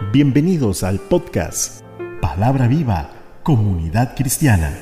Bienvenidos al podcast Palabra Viva, Comunidad Cristiana.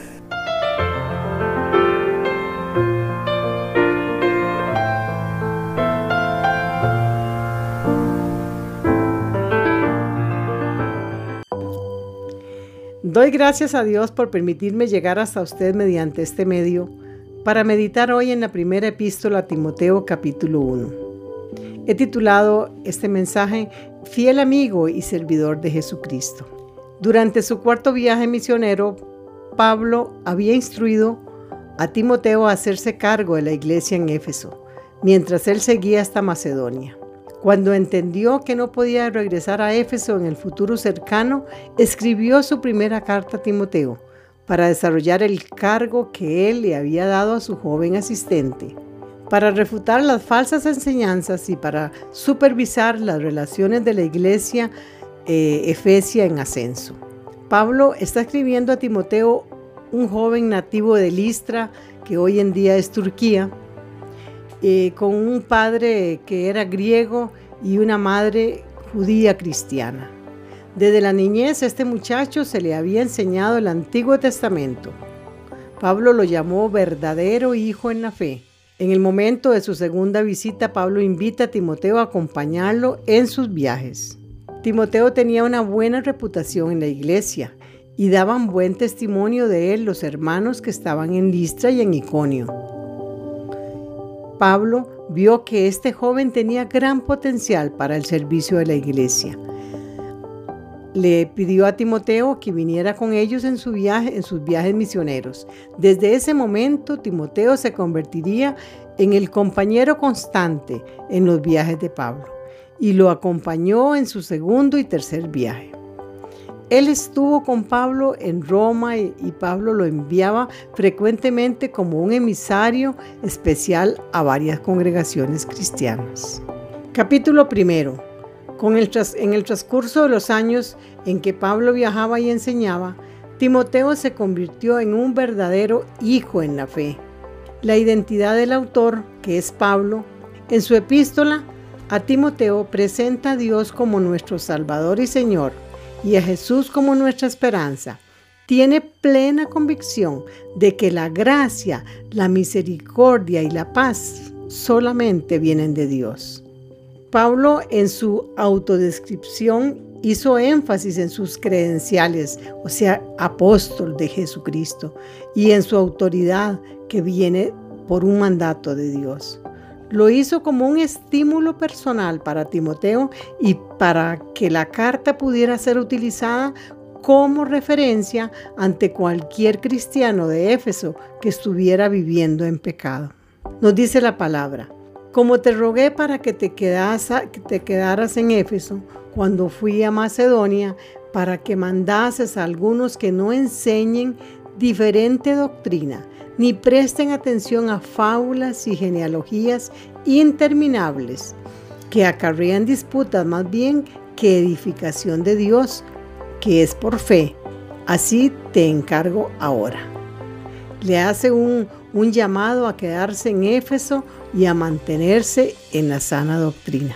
Doy gracias a Dios por permitirme llegar hasta usted mediante este medio para meditar hoy en la primera epístola a Timoteo capítulo 1. He titulado este mensaje Fiel amigo y servidor de Jesucristo. Durante su cuarto viaje misionero, Pablo había instruido a Timoteo a hacerse cargo de la iglesia en Éfeso, mientras él seguía hasta Macedonia. Cuando entendió que no podía regresar a Éfeso en el futuro cercano, escribió su primera carta a Timoteo para desarrollar el cargo que él le había dado a su joven asistente, para refutar las falsas enseñanzas y para supervisar las relaciones de la iglesia efesia en ascenso. Pablo está escribiendo a Timoteo, un joven nativo de Listra, que hoy en día es Turquía, con un padre que era griego y una madre judía cristiana. Desde la niñez este muchacho se le había enseñado el Antiguo Testamento. Pablo lo llamó verdadero hijo en la fe. En el momento de su segunda visita, Pablo invita a Timoteo a acompañarlo en sus viajes. Timoteo tenía una buena reputación en la iglesia y daban buen testimonio de él los hermanos que estaban en Listra y en Iconio. Pablo vio que este joven tenía gran potencial para el servicio de la iglesia. Le pidió a Timoteo que viniera con ellos en sus viajes misioneros. Desde ese momento, Timoteo se convertiría en el compañero constante en los viajes de Pablo y lo acompañó en su segundo y tercer viaje. Él estuvo con Pablo en Roma y Pablo lo enviaba frecuentemente como un emisario especial a varias congregaciones cristianas. Capítulo 1. En el transcurso de los años en que Pablo viajaba y enseñaba, Timoteo se convirtió en un verdadero hijo en la fe. La identidad del autor, que es Pablo, en su epístola a Timoteo presenta a Dios como nuestro Salvador y Señor y a Jesús como nuestra esperanza. Tiene plena convicción de que la gracia, la misericordia y la paz solamente vienen de Dios. Pablo, en su autodescripción, hizo énfasis en sus credenciales, o sea, apóstol de Jesucristo, y en su autoridad que viene por un mandato de Dios. Lo hizo como un estímulo personal para Timoteo y para que la carta pudiera ser utilizada como referencia ante cualquier cristiano de Éfeso que estuviera viviendo en pecado. Nos dice la palabra: como te rogué para que te quedaras en Éfeso cuando fui a Macedonia, para que mandases a algunos que no enseñen diferente doctrina, ni presten atención a fábulas y genealogías interminables, que acarrean disputas más bien que edificación de Dios, que es por fe. Así te encargo ahora. Le hace un llamado a quedarse en Éfeso y a mantenerse en la sana doctrina.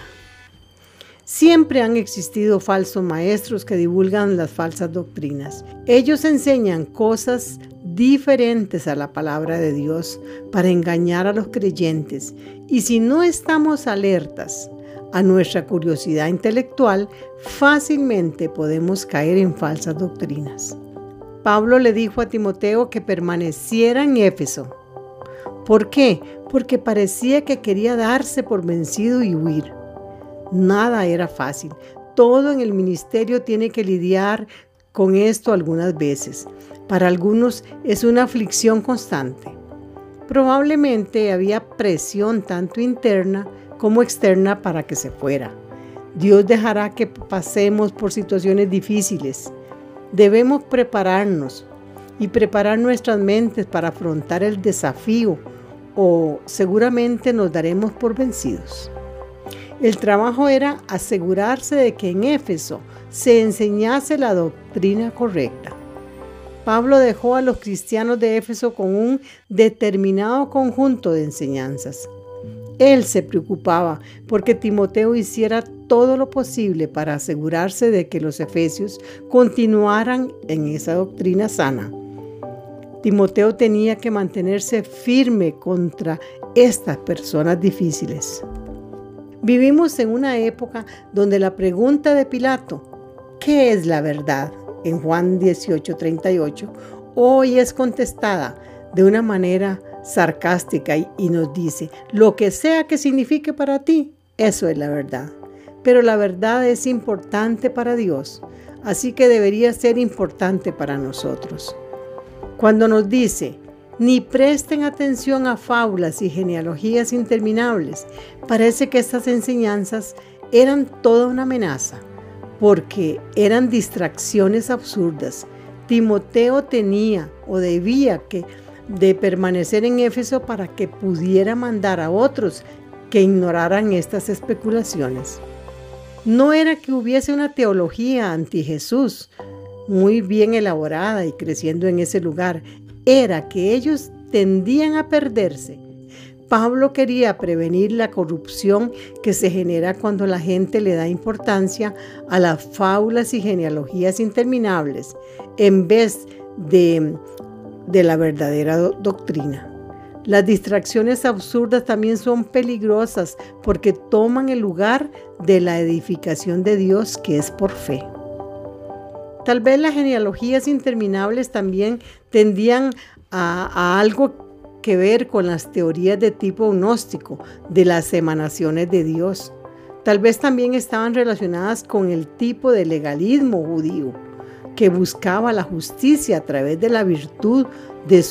Siempre han existido falsos maestros que divulgan las falsas doctrinas. Ellos enseñan cosas diferentes a la palabra de Dios para engañar a los creyentes. Y si no estamos alertas a nuestra curiosidad intelectual, fácilmente podemos caer en falsas doctrinas. Pablo le dijo a Timoteo que permaneciera en Éfeso. ¿Por qué? Porque parecía que quería darse por vencido y huir. Nada era fácil. Todo en el ministerio tiene que lidiar con esto algunas veces. Para algunos es una aflicción constante. Probablemente había presión tanto interna como externa para que se fuera. Dios dejará que pasemos por situaciones difíciles. Debemos prepararnos y preparar nuestras mentes para afrontar el desafío, o seguramente nos daremos por vencidos. El trabajo era asegurarse de que en Éfeso se enseñase la doctrina correcta. Pablo dejó a los cristianos de Éfeso con un determinado conjunto de enseñanzas. Él se preocupaba porque Timoteo hiciera todo lo posible para asegurarse de que los efesios continuaran en esa doctrina sana. Timoteo tenía que mantenerse firme contra estas personas difíciles. Vivimos en una época donde la pregunta de Pilato, ¿qué es la verdad?, en Juan 18:38, hoy es contestada de una manera sarcástica y nos dice, lo que sea que signifique para ti, eso es la verdad. Pero la verdad es importante para Dios, así que debería ser importante para nosotros. Cuando nos dice, ni presten atención a fábulas y genealogías interminables, parece que estas enseñanzas eran toda una amenaza, porque eran distracciones absurdas. Timoteo tenía o debía de permanecer en Éfeso para que pudiera mandar a otros que ignoraran estas especulaciones. No era que hubiese una teología anti Jesús muy bien elaborada y creciendo en ese lugar, era que ellos tendían a perderse. Pablo quería prevenir la corrupción que se genera cuando la gente le da importancia a las fábulas y genealogías interminables en vez de la verdadera doctrina. Las distracciones absurdas también son peligrosas porque toman el lugar de la edificación de Dios, que es por fe. Tal vez las genealogías interminables también tendían a algo que ver con las teorías de tipo gnóstico de las emanaciones de Dios. Tal vez también estaban relacionadas con el tipo de legalismo judío que buscaba la justicia a través de la virtud de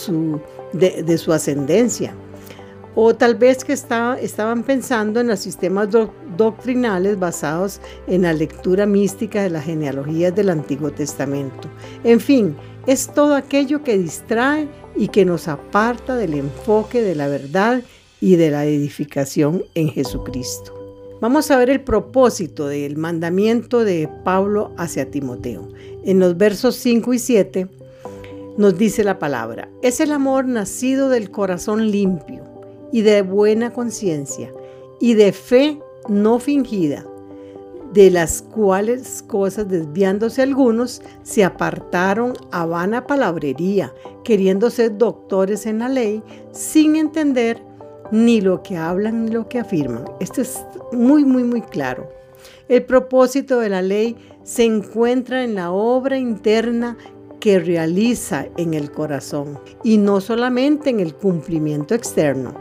su ascendencia. O tal vez que estaban pensando en los sistemas doctrinales basados en la lectura mística de las genealogías del Antiguo Testamento. En fin, es todo aquello que distrae y que nos aparta del enfoque de la verdad y de la edificación en Jesucristo. Vamos a ver el propósito del mandamiento de Pablo hacia Timoteo. En los versos 5 y 7 nos dice la palabra: es el amor nacido del corazón limpio y de buena conciencia y de fe no fingida, de las cuales cosas desviándose algunos se apartaron a vana palabrería, queriendo ser doctores en la ley, sin entender ni lo que hablan ni lo que afirman. Esto es muy claro. El propósito de la ley se encuentra en la obra interna que realiza en el corazón y no solamente en el cumplimiento externo.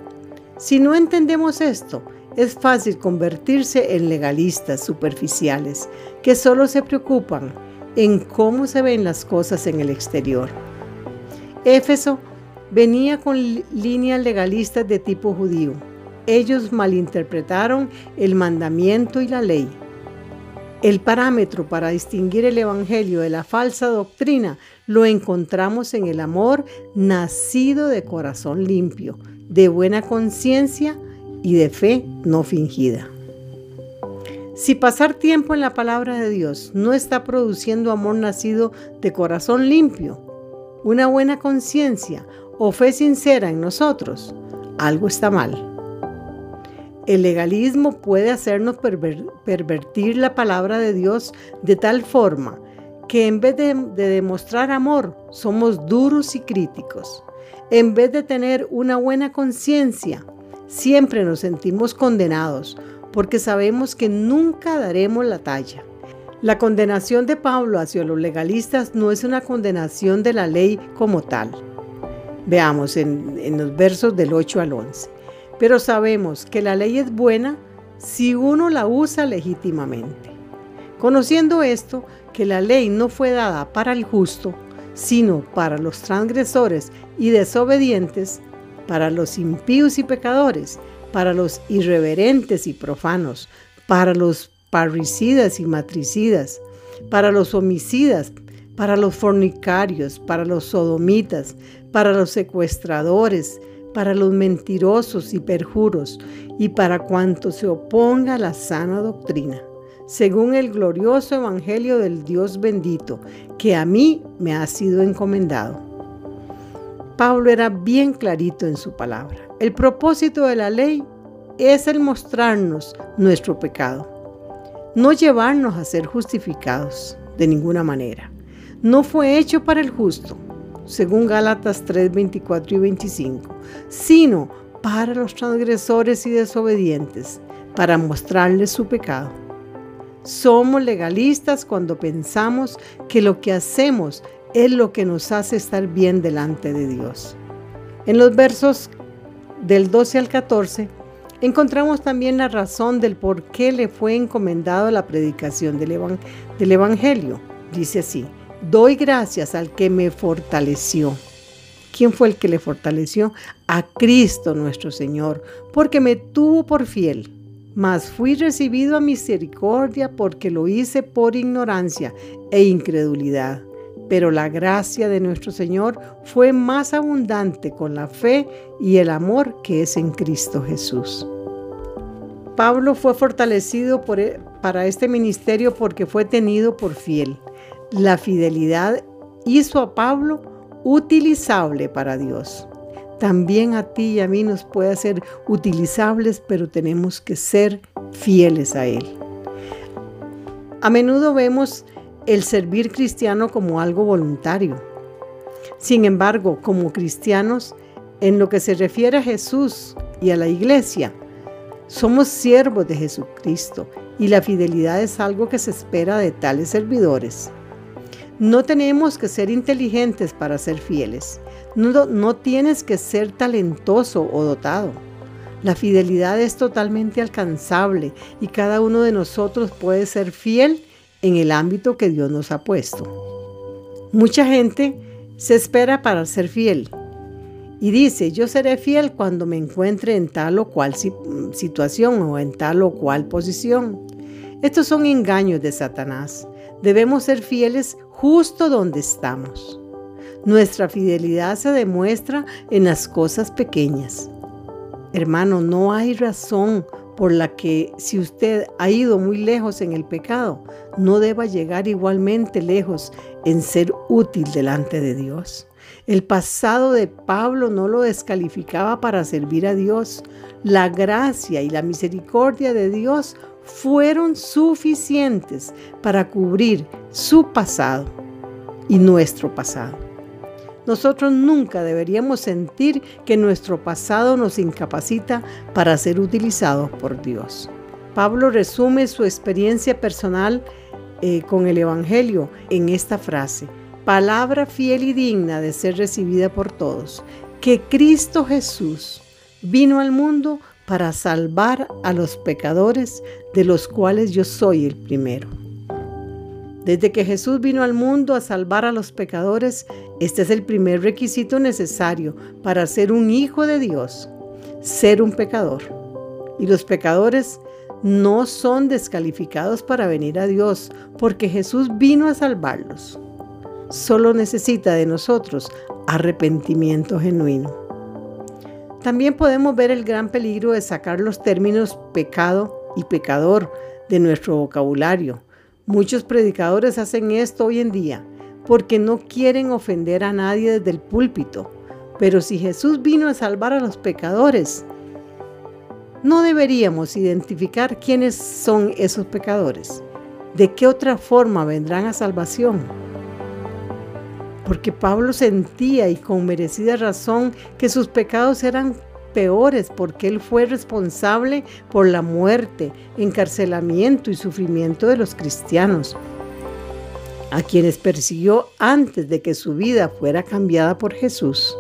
Si no entendemos esto, es fácil convertirse en legalistas superficiales que solo se preocupan en cómo se ven las cosas en el exterior. Éfeso venía con líneas legalistas de tipo judío. Ellos malinterpretaron el mandamiento y la ley. El parámetro para distinguir el evangelio de la falsa doctrina lo encontramos en el amor nacido de corazón limpio, de buena conciencia y de fe no fingida. Si pasar tiempo en la palabra de Dios no está produciendo amor nacido de corazón limpio, una buena conciencia o fe sincera en nosotros, algo está mal. El legalismo puede hacernos pervertir la palabra de Dios de tal forma que en vez de demostrar amor, somos duros y críticos. En vez de tener una buena conciencia, siempre nos sentimos condenados porque sabemos que nunca daremos la talla. La condenación de Pablo hacia los legalistas no es una condenación de la ley como tal. Veamos en los versos del 8 al 11. Pero sabemos que la ley es buena si uno la usa legítimamente. Conociendo esto, que la ley no fue dada para el justo, sino para los transgresores y desobedientes, para los impíos y pecadores, para los irreverentes y profanos, para los parricidas y matricidas, para los homicidas, para los fornicarios, para los sodomitas, para los secuestradores, para los mentirosos y perjuros, y para cuanto se oponga a la sana doctrina, según el glorioso evangelio del Dios bendito, que a mí me ha sido encomendado. Pablo era bien clarito en su palabra. El propósito de la ley es el mostrarnos nuestro pecado, no llevarnos a ser justificados de ninguna manera. No fue hecho para el justo, según Gálatas 3, 24 y 25, sino para los transgresores y desobedientes, para mostrarles su pecado. Somos legalistas cuando pensamos que lo que hacemos es lo que nos hace estar bien delante de Dios. En los versos del 12 al 14, encontramos también la razón del por qué le fue encomendado la predicación del Evangelio. Dice así: doy gracias al que me fortaleció. ¿Quién fue el que le fortaleció? A Cristo nuestro Señor, porque me tuvo por fiel. Mas fui recibido a misericordia porque lo hice por ignorancia e incredulidad. Pero la gracia de nuestro Señor fue más abundante con la fe y el amor que es en Cristo Jesús. Pablo fue fortalecido para este ministerio porque fue tenido por fiel. La fidelidad hizo a Pablo utilizable para Dios. También a ti y a mí nos puede ser utilizables, pero tenemos que ser fieles a Él. A menudo vemos el servir cristiano como algo voluntario. Sin embargo, como cristianos, en lo que se refiere a Jesús y a la iglesia, somos siervos de Jesucristo y la fidelidad es algo que se espera de tales servidores. No tenemos que ser inteligentes para ser fieles. No tienes que ser talentoso o dotado. La fidelidad es totalmente alcanzable y cada uno de nosotros puede ser fiel en el ámbito que Dios nos ha puesto. Mucha gente se espera para ser fiel y dice: yo seré fiel cuando me encuentre en tal o cual situación o en tal o cual posición. Estos son engaños de Satanás. Debemos ser fieles justo donde estamos. Nuestra fidelidad se demuestra en las cosas pequeñas. Hermano, no hay razón por la que, si usted ha ido muy lejos en el pecado, no deba llegar igualmente lejos en ser útil delante de Dios. El pasado de Pablo no lo descalificaba para servir a Dios. La gracia y la misericordia de Dios fueron suficientes para cubrir su pasado y nuestro pasado. Nosotros nunca deberíamos sentir que nuestro pasado nos incapacita para ser utilizados por Dios. Pablo resume su experiencia personal con el Evangelio en esta frase: palabra fiel y digna de ser recibida por todos, que Cristo Jesús vino al mundo para salvar a los pecadores, de los cuales yo soy el primero. Desde que Jesús vino al mundo a salvar a los pecadores, este es el primer requisito necesario para ser un hijo de Dios: ser un pecador. Y los pecadores no son descalificados para venir a Dios, porque Jesús vino a salvarlos. Solo necesita de nosotros arrepentimiento genuino. También podemos ver el gran peligro de sacar los términos pecado y pecador de nuestro vocabulario. Muchos predicadores hacen esto hoy en día porque no quieren ofender a nadie desde el púlpito. Pero si Jesús vino a salvar a los pecadores, ¿no deberíamos identificar quiénes son esos pecadores? ¿De qué otra forma vendrán a salvación? Porque Pablo sentía, y con merecida razón, que sus pecados eran peores porque él fue responsable por la muerte, encarcelamiento y sufrimiento de los cristianos, a quienes persiguió antes de que su vida fuera cambiada por Jesús.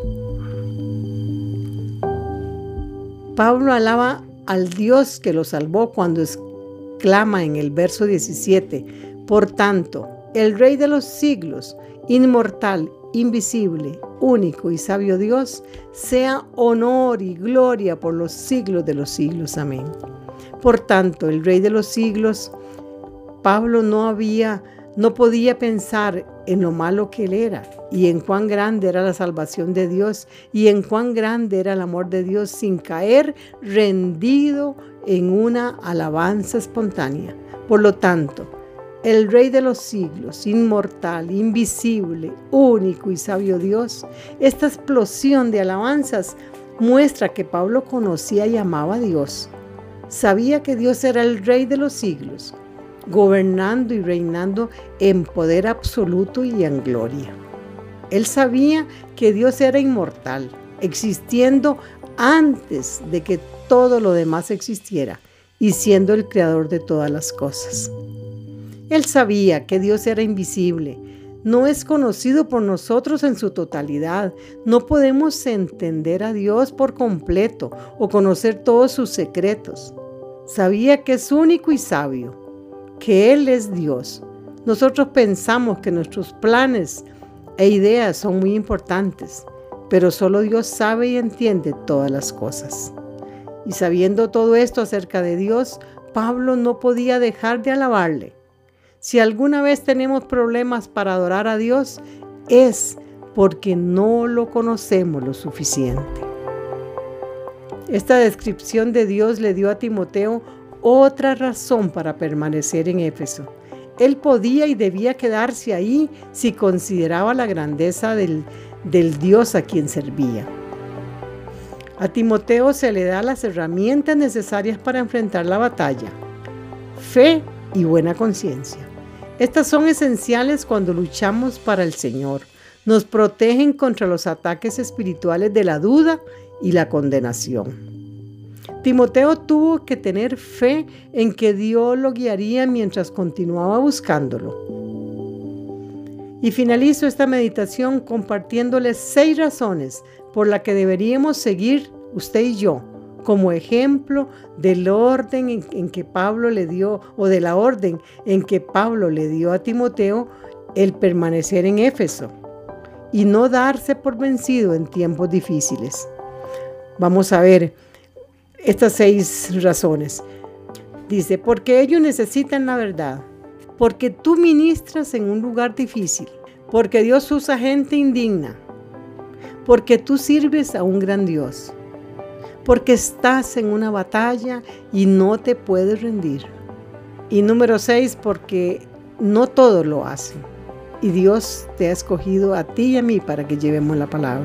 Pablo alaba al Dios que lo salvó cuando exclama en el verso 17: por tanto, el Rey de los siglos, inmortal, invisible, único y sabio Dios, sea honor y gloria por los siglos de los siglos. Amén. Por tanto, el Rey de los siglos, Pablo no podía pensar en lo malo que él era y en cuán grande era la salvación de Dios y en cuán grande era el amor de Dios sin caer rendido en una alabanza espontánea. Por lo tanto, el Rey de los siglos, inmortal, invisible, único y sabio Dios, esta explosión de alabanzas muestra que Pablo conocía y amaba a Dios Sabía que Dios era el Rey de los siglos, gobernando y reinando en poder absoluto y en gloria. Él sabía que Dios era inmortal, existiendo antes de que todo lo demás existiera y siendo el creador de todas las cosas. Él sabía que Dios era invisible, no es conocido por nosotros en su totalidad. No podemos entender a Dios por completo o conocer todos sus secretos. Sabía que es único y sabio, que Él es Dios. Nosotros pensamos que nuestros planes e ideas son muy importantes, pero solo Dios sabe y entiende todas las cosas. Y sabiendo todo esto acerca de Dios, Pablo no podía dejar de alabarle. Si alguna vez tenemos problemas para adorar a Dios, es porque no lo conocemos lo suficiente. Esta descripción de Dios le dio a Timoteo otra razón para permanecer en Éfeso. Él podía y debía quedarse ahí si consideraba la grandeza del Dios a quien servía. A Timoteo se le da las herramientas necesarias para enfrentar la batalla: fe y buena conciencia. Estas son esenciales cuando luchamos para el Señor. Nos protegen contra los ataques espirituales de la duda y la condenación. Timoteo tuvo que tener fe en que Dios lo guiaría mientras continuaba buscándolo. Y finalizo esta meditación compartiéndoles 6 razones por las que deberíamos seguir, usted y yo, como ejemplo del orden en que Pablo le dio, o de la orden en que Pablo le dio a Timoteo el permanecer en Éfeso y no darse por vencido en tiempos difíciles. Vamos a ver estas 6 razones. Dice: porque ellos necesitan la verdad, porque tú ministras en un lugar difícil, porque Dios usa gente indigna, porque tú sirves a un gran Dios, porque estás en una batalla y no te puedes rendir. Y número 6, porque no todos lo hacen y Dios te ha escogido a ti y a mí para que llevemos la palabra.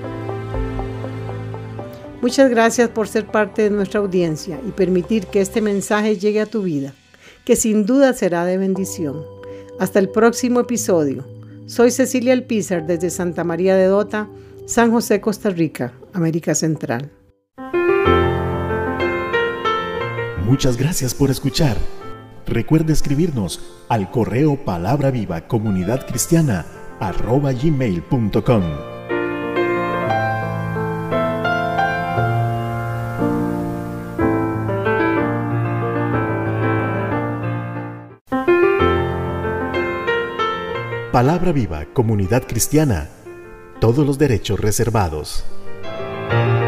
Muchas gracias por ser parte de nuestra audiencia y permitir que este mensaje llegue a tu vida, que sin duda será de bendición. Hasta el próximo episodio. Soy Cecilia Alpizar desde Santa María de Dota, San José, Costa Rica, América Central. Muchas gracias por escuchar. Recuerde escribirnos al correo palabravivacomunidadcristiana@gmail.com. Palabra Viva, Comunidad Cristiana. Todos los derechos reservados.